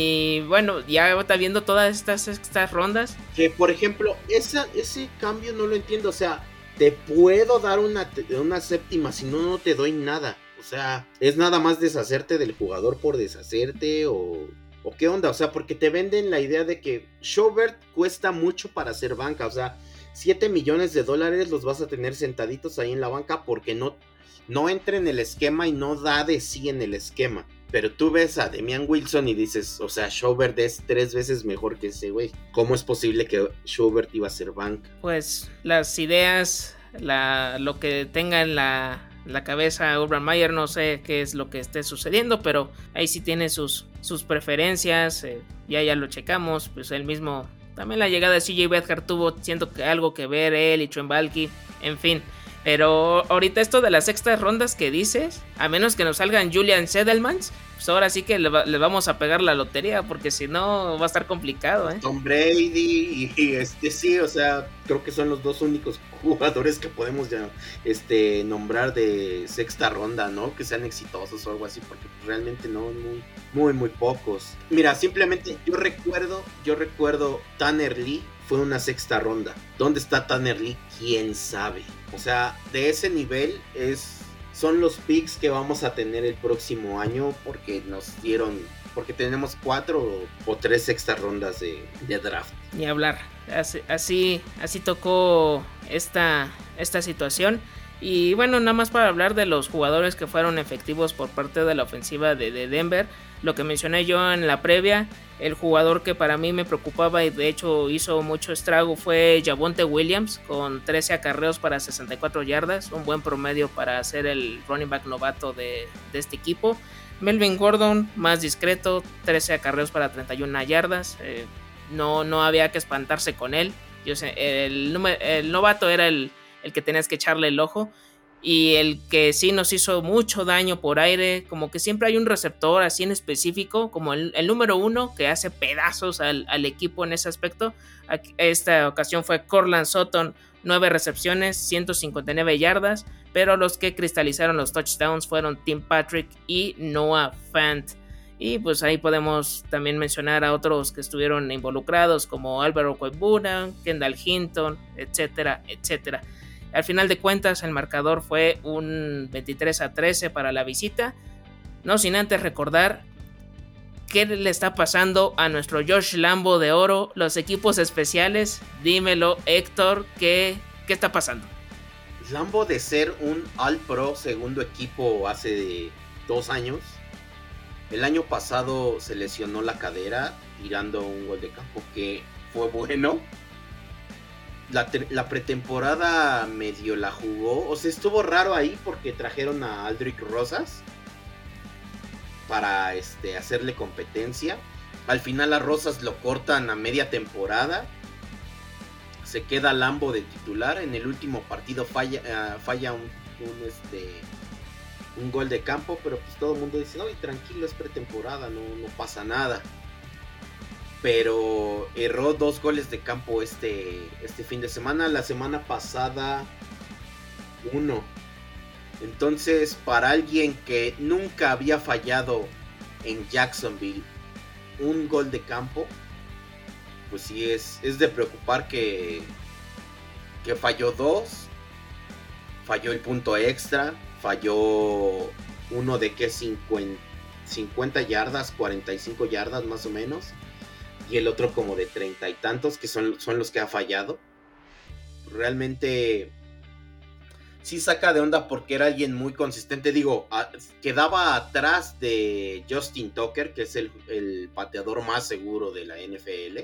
Y bueno, ya está viendo todas estas, estas rondas. Que por ejemplo, esa, ese cambio no lo entiendo, o sea, te puedo dar una, una séptima, si no, no te doy nada. O sea, es nada más deshacerte del jugador por deshacerte, o, o qué onda. O sea, porque te venden la idea de que Schobert cuesta mucho para hacer banca. O sea, siete millones de dólares los vas a tener sentaditos ahí en la banca porque no, no entra en el esquema y no da de sí en el esquema. Pero tú ves a Damian Wilson y dices, o sea, Schobert es tres veces mejor que ese güey. ¿Cómo es posible que Schobert iba a ser banca? Pues las ideas, la, lo que tenga en la, la cabeza Urban Meyer, no sé qué es lo que esté sucediendo, pero ahí sí tiene sus, sus preferencias, eh, ya ya lo checamos, pues él mismo, también la llegada de C J Beathard tuvo, siento que algo que ver, él y Trent Baalke, en fin. Pero ahorita esto de las sextas rondas que dices, a menos que nos salgan Julian Edelmans, pues ahora sí que le, va, le vamos a pegar la lotería, porque si no va a estar complicado, ¿eh? Tom Brady y, y este sí, o sea, creo que son los dos únicos jugadores que podemos ya este nombrar de sexta ronda, ¿no? Que sean exitosos o algo así, porque realmente no, muy, muy, muy pocos. Mira, simplemente yo recuerdo, yo recuerdo Tanner Lee fue una sexta ronda. ¿Dónde está Tanner Lee? ¿Quién sabe? O sea, de ese nivel es, son los picks que vamos a tener el próximo año, porque nos dieron, porque tenemos cuatro o, o tres sextas rondas de, de draft. Ni hablar, así, así, así tocó esta, esta situación. Y bueno, nada más para hablar de los jugadores que fueron efectivos por parte de la ofensiva de, de Denver. Lo que mencioné yo en la previa, el jugador que para mí me preocupaba y de hecho hizo mucho estrago fue Javonte Williams, con trece acarreos para sesenta y cuatro yardas, un buen promedio para ser el running back novato de, de este equipo. Melvin Gordon, más discreto, trece acarreos para treinta y una yardas, eh, no, no había que espantarse con él. Yo sé, el, el novato era el, el que tenías que echarle el ojo. Y el que sí nos hizo mucho daño por aire, como que siempre hay un receptor así en específico, como el, el número uno que hace pedazos al, al equipo en ese aspecto. Esta ocasión fue Courtland Sutton, nueve recepciones, ciento cincuenta y nueve yardas, pero los que cristalizaron los touchdowns fueron Tim Patrick y Noah Fant. Y pues ahí podemos también mencionar a otros que estuvieron involucrados, como Álvaro Coibuna, Kendall Hinton, etcétera, etcétera. Al final de cuentas, el marcador fue un veintitrés a trece para la visita. No sin antes recordar qué le está pasando a nuestro Josh Lambo de oro, los equipos especiales. Dímelo, Héctor, ¿qué, qué está pasando? Lambo, de ser un All-Pro segundo equipo hace dos años, el año pasado se lesionó la cadera tirando un gol de campo que fue bueno. La, la pretemporada medio la jugó. O sea, estuvo raro ahí porque trajeron a Aldrick Rosas para este, hacerle competencia. Al final a Rosas lo cortan a media temporada. Se queda Lambo de titular. En el último partido falla, uh, falla un, un, este, un gol de campo. Pero pues todo el mundo dice, no, y tranquilo, es pretemporada, no, no pasa nada. Pero erró dos goles de campo este, este fin de semana. La semana pasada, uno. Entonces, para alguien que nunca había fallado en Jacksonville un gol de campo, pues sí es, es de preocupar que, que falló dos. Falló el punto extra. Falló uno de que cincuenta, cincuenta yardas, cuarenta y cinco yardas más o menos. Y el otro como de treinta y tantos, que son, son los que ha fallado. Realmente sí saca de onda porque era alguien muy consistente. Digo, a, quedaba atrás de Justin Tucker, que es el, el pateador más seguro de la N F L.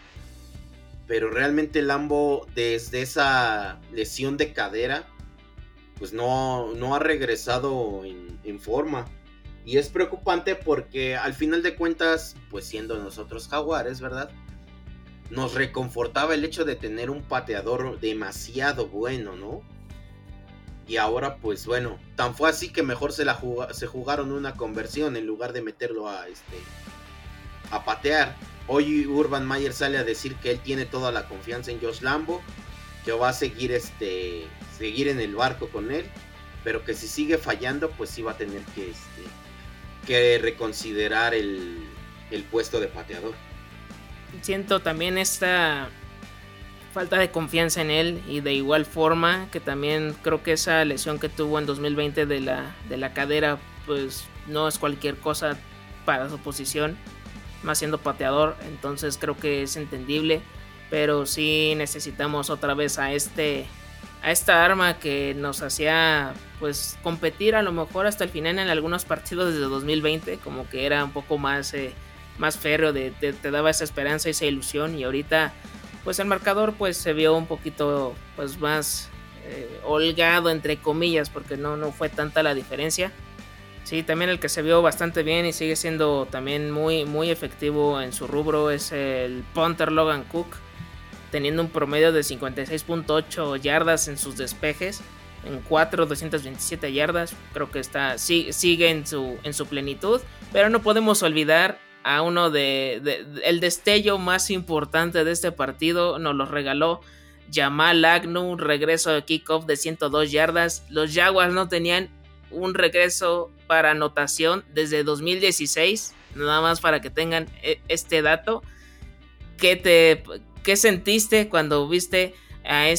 Pero realmente Lambo, desde esa lesión de cadera, pues no, no ha regresado en, en forma. Y es preocupante porque al final de cuentas, pues siendo nosotros Jaguares, ¿verdad? Nos reconfortaba el hecho de tener un pateador demasiado bueno, ¿no? Y ahora, pues bueno, tan fue así que mejor se, la jug- se jugaron una conversión en lugar de meterlo a, este, a patear. Hoy Urban Meyer sale a decir que él tiene toda la confianza en Josh Lambo, que va a seguir, este, seguir en el barco con él, pero que si sigue fallando, pues sí va a tener que... Este, que reconsiderar el, el puesto de pateador. Siento también esta falta de confianza en él, y de igual forma que también creo que esa lesión que tuvo en dos mil veinte de la, de la cadera, pues no es cualquier cosa para su posición, más siendo pateador. Entonces creo que es entendible, pero sí necesitamos otra vez a este a esta arma que nos hacía pues competir a lo mejor hasta el final en algunos partidos desde dos mil veinte, como que era un poco más, eh, más férreo, de, de, te daba esa esperanza, esa ilusión. Y ahorita pues el marcador pues se vio un poquito pues más eh, holgado entre comillas, porque no, no fue tanta la diferencia. Sí, también el que se vio bastante bien y sigue siendo también muy, muy efectivo en su rubro es el punter Logan Cook, teniendo un promedio de cincuenta y seis punto ocho yardas en sus despejes, en cuatro, doscientas veintisiete yardas. Creo que está sí, sigue en su, en su plenitud, pero no podemos olvidar a uno de, de, de el destello más importante de este partido. Nos lo regaló Jamal Agnew, regreso de kickoff de ciento dos yardas. Los Jaguars no tenían un regreso para anotación desde dos mil dieciséis, nada más para que tengan este dato. ¿Qué te... ¿Qué sentiste cuando viste a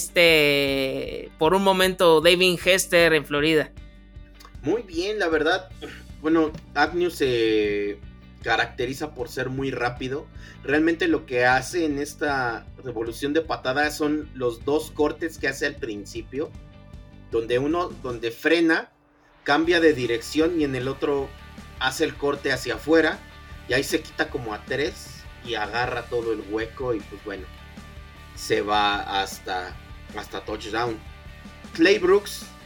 este, por un momento, David Hester en Florida? Muy bien, la verdad. Bueno, Agnew se caracteriza por ser muy rápido. Realmente lo que hace en esta revolución de patada son los dos cortes que hace al principio, donde uno, donde frena, cambia de dirección, y en el otro hace el corte hacia afuera, y ahí se quita como a tres y agarra todo el hueco, y pues bueno, se va hasta, hasta touchdown. Clay Brooks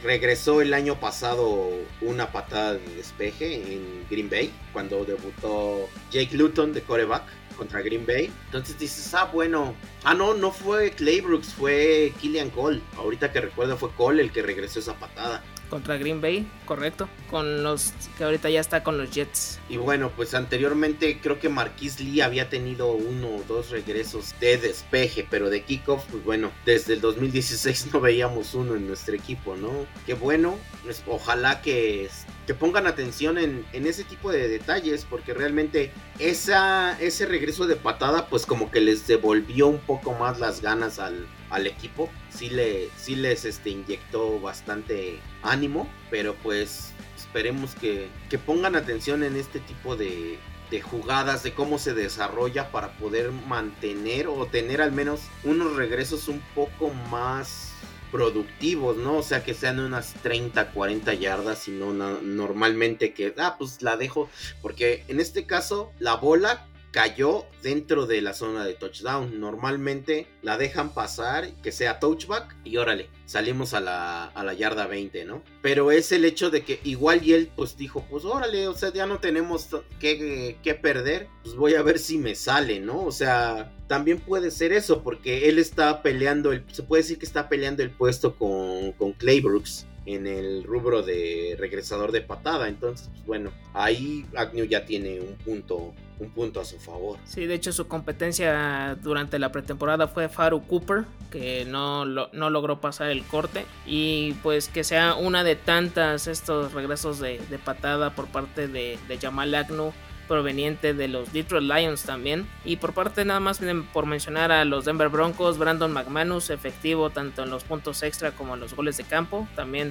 regresó el año pasado una patada de despeje en Green Bay, cuando debutó Jake Luton de quarterback contra Green Bay. Entonces dices, ah, bueno, ah, no, no fue Claybrooks, fue Killian Cole. Ahorita que recuerdo fue Cole el que regresó esa patada. Contra Green Bay, correcto, con los que ahorita ya está con los Jets. Y bueno, pues anteriormente creo que Marquise Lee había tenido uno o dos regresos de despeje, pero de kickoff, pues bueno, desde el dos mil dieciséis no veíamos uno en nuestro equipo, ¿no? Qué bueno, pues, ojalá que, que pongan atención en, en ese tipo de detalles, porque realmente esa, ese regreso de patada, pues como que les devolvió un poco más las ganas al, al equipo. Sí, le, sí les este, inyectó bastante ánimo, pero pues esperemos que, que pongan atención en este tipo de, de jugadas, de cómo se desarrolla para poder mantener o tener al menos unos regresos un poco más productivos, ¿no? O sea, que sean unas treinta, cuarenta yardas y no na- normalmente que, ah, pues la dejo, porque en este caso la bola cayó dentro de la zona de touchdown. Normalmente la dejan pasar, que sea touchback, y órale, salimos a la, a la yarda veinte, ¿no? Pero es el hecho de que igual y él pues dijo, pues órale, o sea, ya no tenemos que, que perder, pues voy a ver si me sale, ¿no? O sea, también puede ser eso, porque él está peleando, el, se puede decir que está peleando el puesto con, con Claybrooks en el rubro de regresador de patada. Entonces, pues bueno, ahí Agnew ya tiene un punto un punto a su favor. Sí, de hecho su competencia durante la pretemporada fue Faru Cooper, que no, lo, no logró pasar el corte, y pues que sea una de tantas estos regresos de, de patada por parte de, de Jamal Agnew, proveniente de los Detroit Lions también. Y por parte nada más por mencionar a los Denver Broncos, Brandon McManus, efectivo tanto en los puntos extra como en los goles de campo, también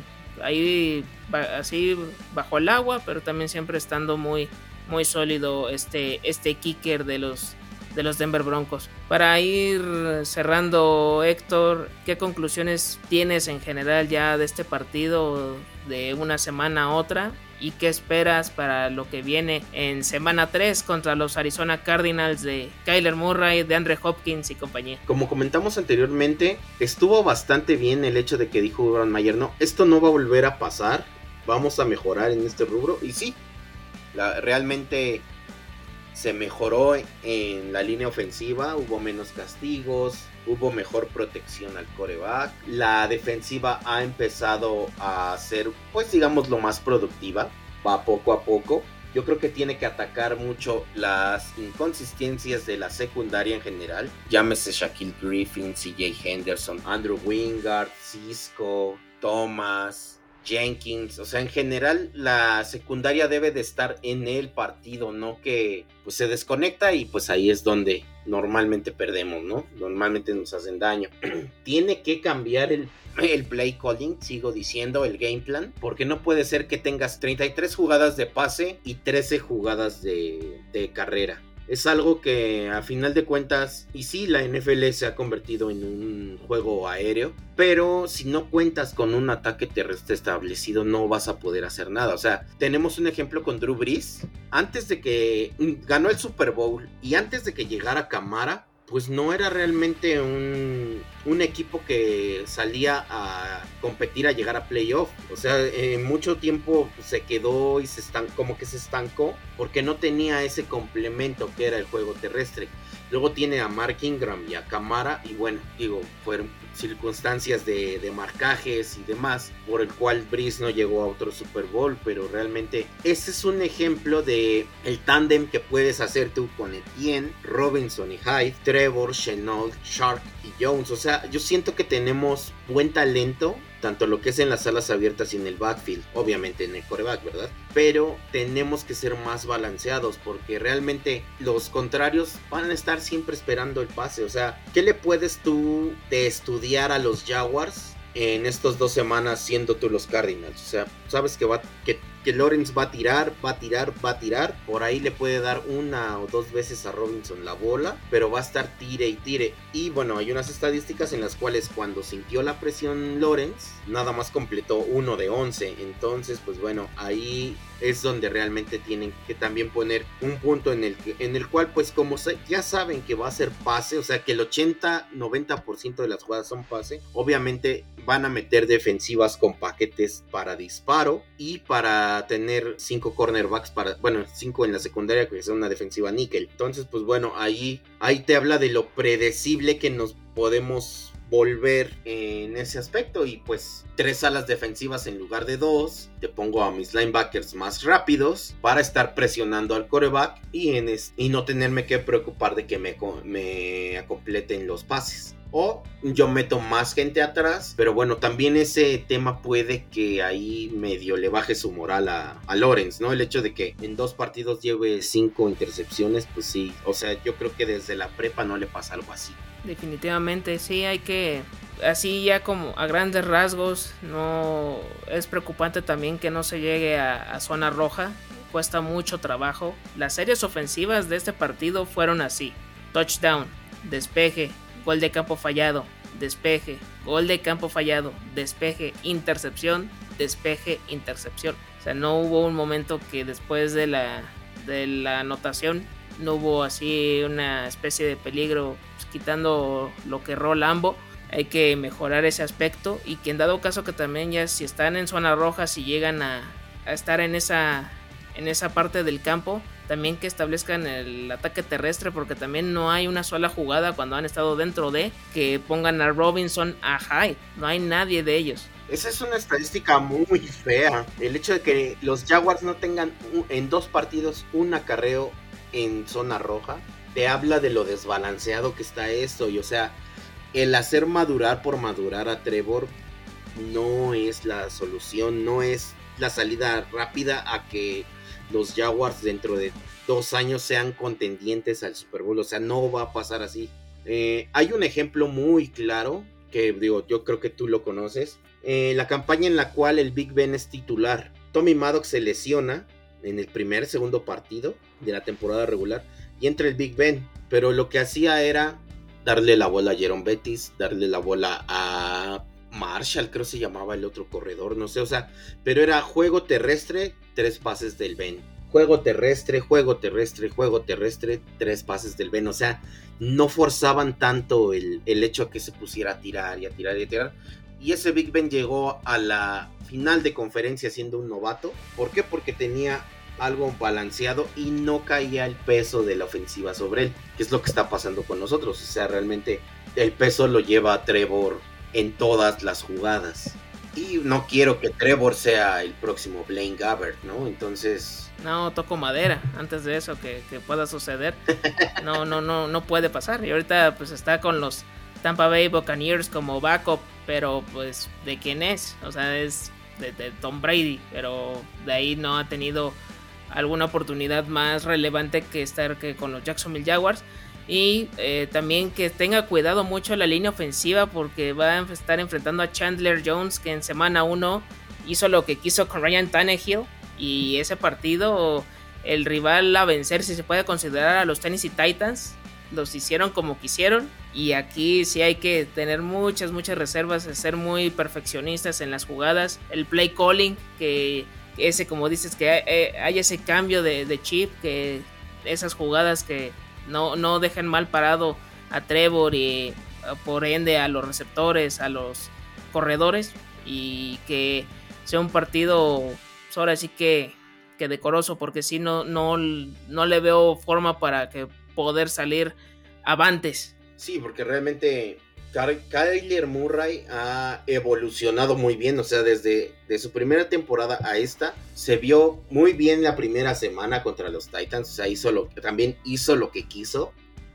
ahí así bajo el agua, pero también siempre estando muy muy sólido este, este kicker de los, de los Denver Broncos. Para ir cerrando, Héctor, ¿qué conclusiones tienes en general ya de este partido de una semana a otra? ¿Y qué esperas para lo que viene en semana tres contra los Arizona Cardinals de Kyler Murray, de Andre Hopkins y compañía? Como comentamos anteriormente, estuvo bastante bien el hecho de que dijo Urban Meyer, no, esto no va a volver a pasar, vamos a mejorar en este rubro, y sí, La, realmente se mejoró en la línea ofensiva, hubo menos castigos, hubo mejor protección al quarterback, la defensiva ha empezado a ser, pues digamos, lo más productiva, va poco a poco. Yo creo que tiene que atacar mucho las inconsistencias de la secundaria en general, llámese Shaquille Griffin, C J Henderson, Andrew Wingard, Cisco, Thomas, Jenkins. O sea, en general la secundaria debe de estar en el partido, no que pues se desconecta y pues ahí es donde normalmente perdemos, ¿no? Normalmente nos hacen daño. Tiene que cambiar el, el play calling, sigo diciendo, el game plan, porque no puede ser que tengas treinta y tres jugadas de pase y trece jugadas de, de carrera. Es algo que a final de cuentas, y sí, la N F L se ha convertido en un juego aéreo, pero si no cuentas con un ataque terrestre establecido no vas a poder hacer nada. O sea, tenemos un ejemplo con Drew Brees. Antes de que ganó el Super Bowl y antes de que llegara Kamara, pues no era realmente un, un equipo que salía a competir a llegar a playoff. O sea, en eh, mucho tiempo se quedó y se estan, como que se estancó porque no tenía ese complemento que era el juego terrestre. Luego tiene a Mark Ingram y a Kamara, y bueno, digo, fueron circunstancias de, de marcajes y demás, por el cual Brees no llegó a otro Super Bowl, pero realmente ese es un ejemplo de el tándem que puedes hacer tú con Etienne, Robinson y Hyde, Trevor, Chenault, Shark y Jones. O sea, yo siento que tenemos buen talento, tanto lo que es en las alas abiertas y en el backfield, obviamente en el quarterback, ¿verdad? Pero tenemos que ser más balanceados, porque realmente los contrarios van a estar siempre esperando el pase. O sea, ¿qué le puedes tú de estudiar a los Jaguars en estas dos semanas siendo tú los Cardinals? O sea, sabes que va, que que Lawrence va a tirar, va a tirar, va a tirar. Por ahí le puede dar una o dos veces a Robinson la bola, pero va a estar tire y tire. Y bueno, hay unas estadísticas en las cuales cuando sintió la presión Lawrence, nada más completó uno de once. Entonces, pues bueno, ahí es donde realmente tienen que también poner un punto en el, que, en el cual, pues como ya saben que va a ser pase, o sea que el ochenta noventa por ciento de las jugadas son pase, obviamente van a meter defensivas con paquetes para disparo y para tener cinco cornerbacks, para, bueno, cinco en la secundaria, que es una defensiva níquel. Entonces, pues bueno, ahí, ahí te habla de lo predecible que nos podemos volver en ese aspecto. Y pues tres alas defensivas en lugar de dos, te pongo a mis linebackers más rápidos para estar presionando al quarterback y, en es, y no tenerme que preocupar de que me, me completen los pases. O yo meto más gente atrás, pero bueno, también ese tema puede que ahí medio le baje su moral a, a Lawrence, ¿no? El hecho de que en dos partidos lleve cinco intercepciones, pues sí, o sea, yo creo que desde la prepa no le pasa algo así. Definitivamente, sí, hay que, así ya como a grandes rasgos, no es preocupante también que no se llegue a, a zona roja, cuesta mucho trabajo. Las series ofensivas de este partido fueron así: touchdown, despeje, gol de campo fallado, despeje, gol de campo fallado, despeje, intercepción, despeje, intercepción. O sea, no hubo un momento que después de la, de la anotación no hubo así una especie de peligro, pues, quitando lo que erró Lambo. Hay que mejorar ese aspecto y que en dado caso que también ya si están en zona roja, si llegan a, a estar en esa, en esa parte del campo, también que establezcan el ataque terrestre, porque también no hay una sola jugada cuando han estado dentro de que pongan a Robinson a Hyde, no hay nadie de ellos. Esa es una estadística muy fea, el hecho de que los Jaguars no tengan en dos partidos un acarreo en zona roja, te habla de lo desbalanceado que está esto. Y o sea, el hacer madurar por madurar a Trevor no es la solución, no es la salida rápida a que los Jaguars dentro de dos años sean contendientes al Super Bowl. O sea, no va a pasar así. Eh, hay un ejemplo muy claro que digo, yo creo que tú lo conoces, eh, la campaña en la cual el Big Ben es titular. Tommy Maddox se lesiona en el primer, segundo partido de la temporada regular y entra el Big Ben, pero lo que hacía era darle la bola a Jerome Bettis, darle la bola a Marshall, creo se llamaba el otro corredor, no sé, o sea, pero era juego terrestre, tres pases del Ben, juego terrestre, juego terrestre, juego terrestre, tres pases del Ben, o sea, no forzaban tanto el, el hecho de que se pusiera a tirar y a tirar y a tirar. Y ese Big Ben llegó a la final de conferencia siendo un novato. ¿Por qué? Porque tenía algo balanceado y no caía el peso de la ofensiva sobre él, que es lo que está pasando con nosotros. O sea, realmente el peso lo lleva a Trevor en todas las jugadas. Y no quiero que Trevor sea el próximo Blaine Gabbert, ¿no? Entonces... No, toco madera antes de eso que, que pueda suceder. No, no, no, no puede pasar. Y ahorita pues está con los Tampa Bay Buccaneers como backup, pero pues ¿de quién es? O sea, es de, de Tom Brady, pero de ahí no ha tenido alguna oportunidad más relevante que estar que con los Jacksonville Jaguars. Y eh, también que tenga cuidado mucho la línea ofensiva, porque va a estar enfrentando a Chandler Jones, que en semana uno hizo lo que quiso con Ryan Tannehill, y ese partido el rival a vencer, si se puede considerar, a los Tennessee Titans. Los hicieron como quisieron, y aquí sí hay que tener muchas, muchas reservas, ser muy perfeccionistas en las jugadas. El play calling, que ese, como dices, que hay, hay ese cambio de, de chip, que esas jugadas que no, no dejen mal parado a Trevor y por ende a los receptores, a los corredores, y que sea un partido, pues ahora sí que, que decoroso, porque si no, no, no le veo forma para que poder salir avantes. Sí, porque realmente Kyler Murray ha evolucionado muy bien, o sea, desde de su primera temporada a esta, se vio muy bien la primera semana contra los Titans, o sea, hizo lo, también hizo lo que quiso.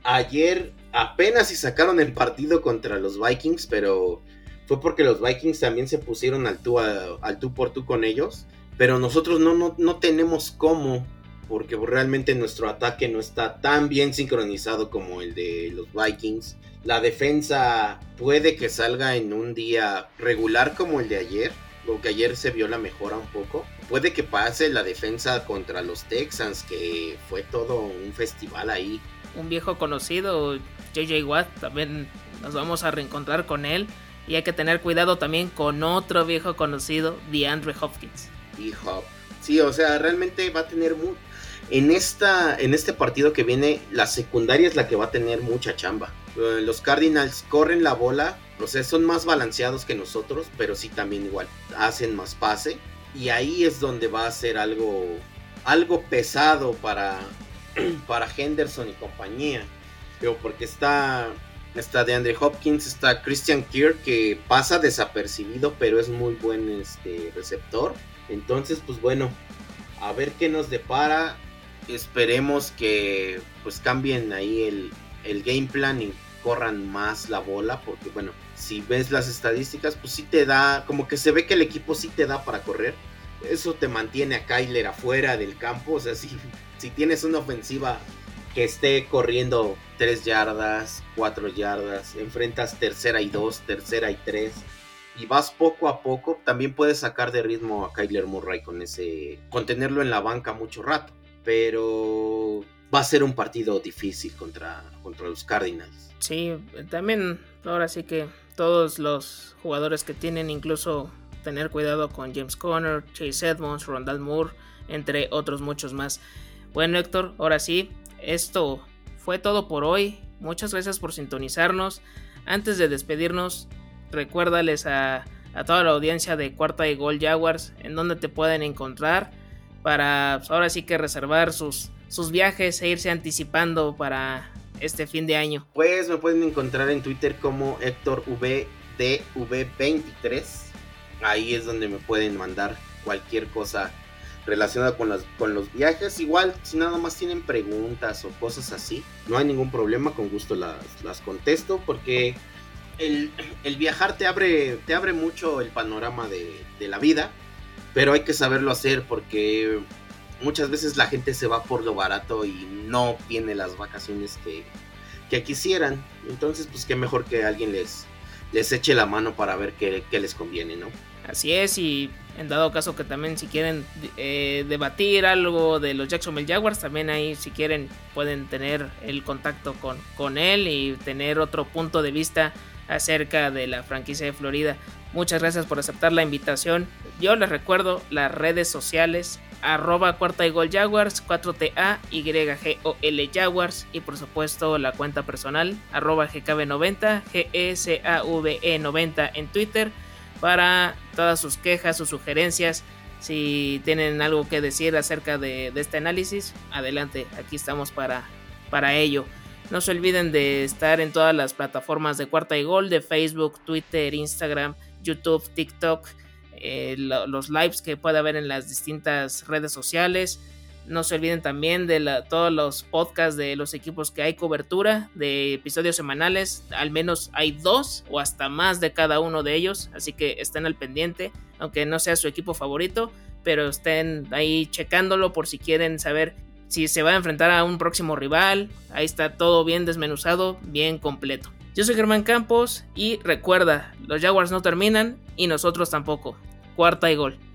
Ayer apenas si sacaron el partido contra los Vikings, pero fue porque los Vikings también se pusieron al tú, a, al tú por tú con ellos, pero nosotros no, no, no tenemos cómo, porque realmente nuestro ataque no está tan bien sincronizado como el de los Vikings. La defensa puede que salga en un día regular como el de ayer, o que ayer se vio la mejora un poco. Puede que pase la defensa contra los Texans, que fue todo un festival ahí. Un viejo conocido, J J Watt, también nos vamos a reencontrar con él. Y hay que tener cuidado también con otro viejo conocido, DeAndre Hopkins. Y Hop. Sí, o sea, realmente va a tener mu- en esta en este partido que viene, la secundaria es la que va a tener mucha chamba. Uh, los Cardinals corren la bola, o sea, son más balanceados que nosotros, pero sí también igual hacen más pase, y ahí es donde va a ser algo algo pesado para para Henderson y compañía. Pero porque está Está DeAndre Hopkins, está Christian Kirk, que pasa desapercibido, pero es muy buen este, receptor. Entonces, pues bueno, a ver qué nos depara. Esperemos que pues cambien ahí el, el game plan y corran más la bola, porque bueno, si ves las estadísticas, pues sí te da, como que se ve que el equipo sí te da para correr. Eso te mantiene a Kyler afuera del campo. O sea, si, si tienes una ofensiva que esté corriendo tres yardas, cuatro yardas, enfrentas tercera y dos, tercera y tres, y vas poco a poco, también puedes sacar de ritmo a Kyler Murray con ese, con tenerlo en la banca mucho rato, pero va a ser un partido difícil contra, contra los Cardinals. Sí, también ahora sí que todos los jugadores que tienen, incluso tener cuidado con James Conner, Chase Edmonds, Rondale Moore, entre otros muchos más. Bueno, Héctor, ahora sí, esto fue todo por hoy. Muchas gracias por sintonizarnos. Antes de despedirnos, recuérdales a, a toda la audiencia de Cuarta y Gol Jaguars en donde te pueden encontrar para pues, ahora sí que reservar sus, sus viajes e irse anticipando para este fin de año. Pues me pueden encontrar en Twitter como Héctor V D V veintitrés. Ahí es donde me pueden mandar cualquier cosa relacionada con, las, con los viajes. Igual, si nada más tienen preguntas o cosas así, no hay ningún problema, con gusto las, las contesto, porque el, el viajar te abre, te abre mucho el panorama de, de la vida, pero hay que saberlo hacer, porque muchas veces la gente se va por lo barato y no tiene las vacaciones que, que quisieran. Entonces, pues qué mejor que alguien les, les eche la mano para ver qué, qué les conviene, ¿no? Así es, y en dado caso que también si quieren eh, debatir algo de los Jacksonville Jaguars, también ahí si quieren pueden tener el contacto con, con él y tener otro punto de vista acerca de la franquicia de Florida. Muchas gracias por aceptar la invitación. Yo les recuerdo las redes sociales, arroba cuarta y gol Jaguars, cuatro T A Y G O L Jaguars, y por supuesto la cuenta personal, arroba G K B noventa, G E S A V E noventa en Twitter, para todas sus quejas, sus sugerencias. Si tienen algo que decir acerca de, de este análisis, adelante, aquí estamos para, para ello. No se olviden de estar en todas las plataformas de Cuarta y Gol, de Facebook, Twitter, Instagram, YouTube, TikTok, eh, lo, los lives que puede haber en las distintas redes sociales. No se olviden también de la, todos los podcasts de los equipos que hay cobertura de episodios semanales. Al menos hay dos o hasta más de cada uno de ellos, así que estén al pendiente, aunque no sea su equipo favorito, pero estén ahí checándolo por si quieren saber si se va a enfrentar a un próximo rival. Ahí está todo bien desmenuzado, bien completo. Yo soy Germán Campos y recuerda, los Jaguars no terminan y nosotros tampoco. Cuarta y Gol.